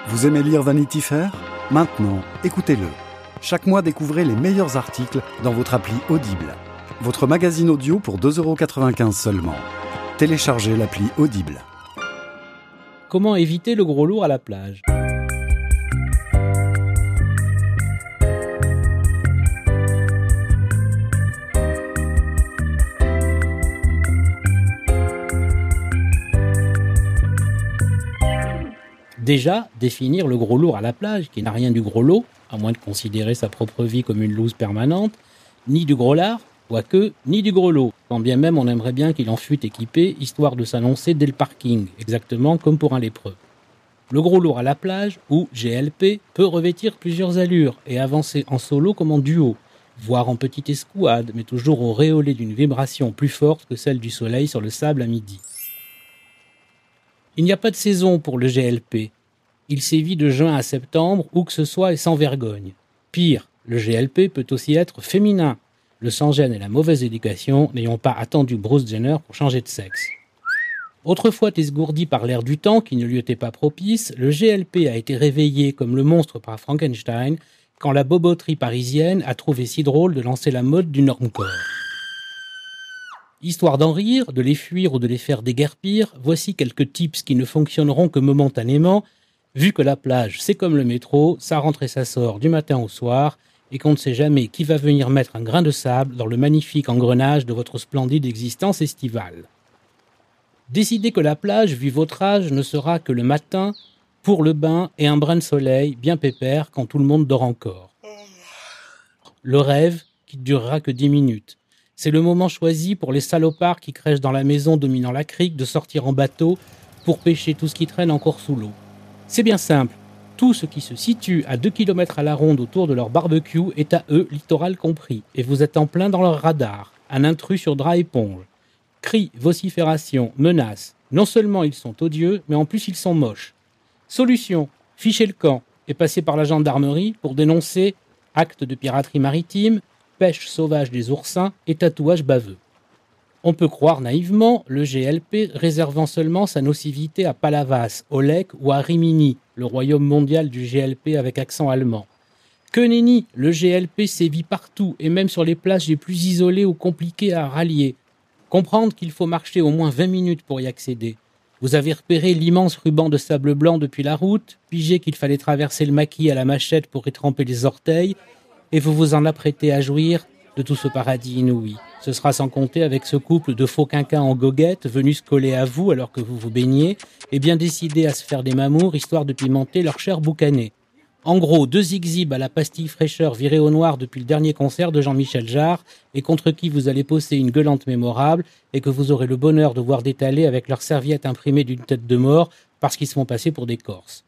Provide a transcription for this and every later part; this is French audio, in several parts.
Vous aimez lire Vanity Fair ? Maintenant, écoutez-le. Chaque mois, découvrez les meilleurs articles dans votre appli Audible. Votre magazine audio pour 2,95 € seulement. Téléchargez l'appli Audible. Comment éviter le gros lourd à la plage ? Déjà, définir le gros lourd à la plage, qui n'a rien du gros lot, à moins de considérer sa propre vie comme une loose permanente, ni du gros lard, quoique, ni du gros lot, quand bien même on aimerait bien qu'il en fût équipé, histoire de s'annoncer dès le parking, exactement comme pour un lépreux. Le gros lourd à la plage, ou GLP, peut revêtir plusieurs allures et avancer en solo comme en duo, voire en petite escouade, mais toujours auréolé d'une vibration plus forte que celle du soleil sur le sable à midi. Il n'y a pas de saison pour le GLP. Il sévit de juin à septembre, où que ce soit et sans vergogne. Pire, le GLP peut aussi être féminin. Le sans-gêne et la mauvaise éducation n'ayant pas attendu Bruce Jenner pour changer de sexe. Autrefois esgourdi par l'air du temps qui ne lui était pas propice, le GLP a été réveillé comme le monstre par Frankenstein quand la boboterie parisienne a trouvé si drôle de lancer la mode du normcore. Histoire d'en rire, de les fuir ou de les faire déguerpir, voici quelques tips qui ne fonctionneront que momentanément, vu que la plage, c'est comme le métro, ça rentre et ça sort du matin au soir, et qu'on ne sait jamais qui va venir mettre un grain de sable dans le magnifique engrenage de votre splendide existence estivale. Décidez que la plage, vu votre âge, ne sera que le matin, pour le bain et un brin de soleil bien pépère quand tout le monde dort encore. Le rêve qui ne durera que 10 minutes. C'est le moment choisi pour les salopards qui crèchent dans la maison dominant la crique de sortir en bateau pour pêcher tout ce qui traîne encore sous l'eau. C'est bien simple. Tout ce qui se situe à 2 km à la ronde autour de leur barbecue est à eux, littoral compris, et vous êtes en plein dans leur radar, un intrus sur drap éponge. Cris, vociférations, menaces. Non seulement ils sont odieux, mais en plus ils sont moches. Solution, fichez le camp et passez par la gendarmerie pour dénoncer actes de piraterie maritime, pêche sauvage des oursins et tatouage baveux. On peut croire naïvement le GLP réservant seulement sa nocivité à Palavas, Olek ou à Rimini, le royaume mondial du GLP avec accent allemand. Que nenni, le GLP sévit partout et même sur les plages les plus isolées ou compliquées à rallier. Comprendre qu'il faut marcher au moins 20 minutes pour y accéder. Vous avez repéré l'immense ruban de sable blanc depuis la route, pigé qu'il fallait traverser le maquis à la machette pour y tremper les orteils, et vous vous en apprêtez à jouir de tout ce paradis inouï. Ce sera sans compter avec ce couple de faux quinquins en goguette venus se coller à vous alors que vous vous baignez et bien décidés à se faire des mamours histoire de pimenter leur chair boucanée. En gros, 2 exhibes à la pastille fraîcheur virés au noir depuis le dernier concert de Jean-Michel Jarre et contre qui vous allez poster une gueulante mémorable et que vous aurez le bonheur de voir détaler avec leurs serviettes imprimées d'une tête de mort parce qu'ils se font passer pour des Corses.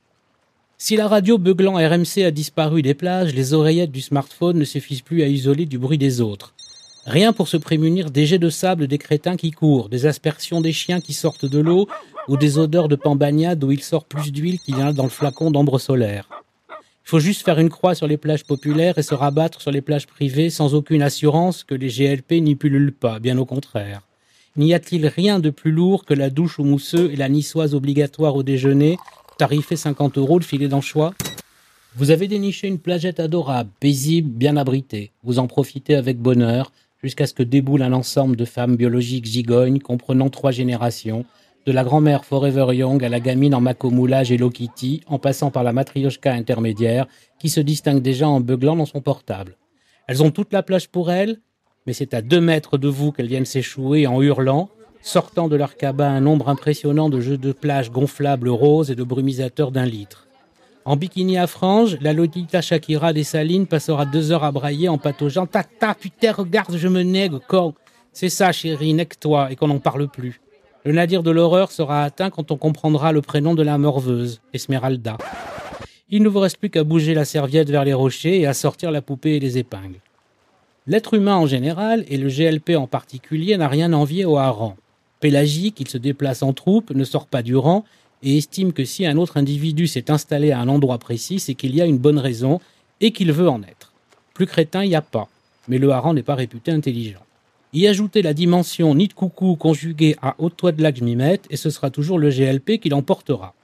Si la radio beuglant RMC a disparu des plages, les oreillettes du smartphone ne suffisent plus à isoler du bruit des autres. Rien pour se prémunir des jets de sable des crétins qui courent, des aspersions des chiens qui sortent de l'eau ou des odeurs de pambagnade où il sort plus d'huile qu'il y en a dans le flacon d'ambre solaire. Il faut juste faire une croix sur les plages populaires et se rabattre sur les plages privées sans aucune assurance que les GLP n'y pullulent pas, bien au contraire. N'y a-t-il rien de plus lourd que la douche aux mousseux et la niçoise obligatoire au déjeuner, tarifé 50 € le filet d'anchois ? Vous avez déniché une plagette adorable, paisible, bien abritée. Vous en profitez avec bonheur, jusqu'à ce que déboule un ensemble de femmes biologiques gigognes comprenant 3 générations, de la grand-mère Forever Young à la gamine en macomoulage Hello Kitty, en passant par la matrioshka intermédiaire, qui se distingue déjà en beuglant dans son portable. Elles ont toute la plage pour elles, mais c'est à 2 mètres de vous qu'elles viennent s'échouer en hurlant, sortant de leur cabas un nombre impressionnant de jeux de plage gonflables roses et de brumisateurs d'1 litre. En bikini à franges, la Lolita Shakira des Salines passera 2 heures à brailler en pataugeant « Tata, putain, regarde, je me nègue, con !» C'est ça, chérie, nègue-toi, et qu'on n'en parle plus. Le nadir de l'horreur sera atteint quand on comprendra le prénom de la morveuse, Esmeralda. Il ne vous reste plus qu'à bouger la serviette vers les rochers et à sortir la poupée et les épingles. L'être humain en général, et le GLP en particulier, n'a rien envié au hareng. Pélagique, il se déplace en troupe, ne sort pas du rang, et estime que si un autre individu s'est installé à un endroit précis, c'est qu'il y a une bonne raison et qu'il veut en être. Plus crétin, il n'y a pas, mais le hareng n'est pas réputé intelligent. Y ajoutez la dimension nid de coucou conjuguée à haute toit de lac je m'y mette, et ce sera toujours le GLP qui l'emportera.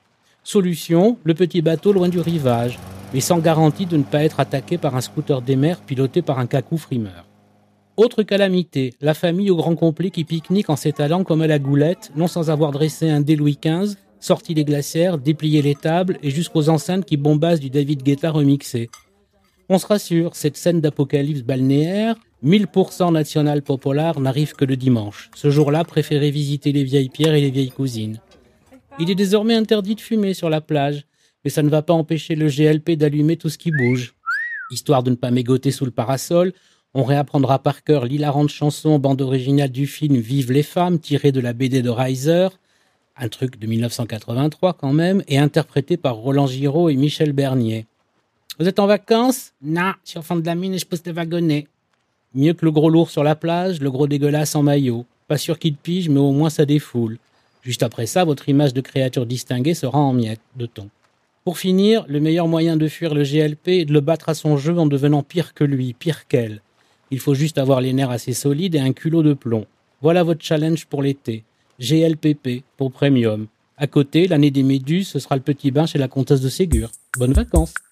Solution, le petit bateau loin du rivage, mais sans garantie de ne pas être attaqué par un scooter des mers piloté par un cacou frimeur. Autre calamité, la famille au grand complet qui pique-nique en s'étalant comme à la goulette, non sans avoir dressé un dé Louis XV, sorti les glacières, déplié les tables et jusqu'aux enceintes qui bombassent du David Guetta remixé. On se rassure, cette scène d'apocalypse balnéaire, 1000% national populaire, n'arrive que le dimanche. Ce jour-là, préférez visiter les vieilles pierres et les vieilles cousines. Il est désormais interdit de fumer sur la plage, mais ça ne va pas empêcher le GLP d'allumer tout ce qui bouge. Histoire de ne pas mégoter sous le parasol, on réapprendra par cœur l'hilarante chanson bande originale du film Vive les femmes, tirée de la BD de Reiser, un truc de 1983 quand même, et interprété par Roland Giraud et Michel Bernier. Vous êtes en vacances ? Non, je suis au fond de la mine et je pousse des wagonnets. Mieux que le gros lourd sur la plage, le gros dégueulasse en maillot. Pas sûr qu'il pige, mais au moins ça défoule. Juste après ça, votre image de créature distinguée sera en miettes de thon. Pour finir, le meilleur moyen de fuir le GLP est de le battre à son jeu en devenant pire que lui, pire qu'elle. Il faut juste avoir les nerfs assez solides et un culot de plomb. Voilà votre challenge pour l'été. GLPP pour Premium. À côté, l'année des méduses, ce sera le petit bain chez la comtesse de Ségur. Bonnes vacances!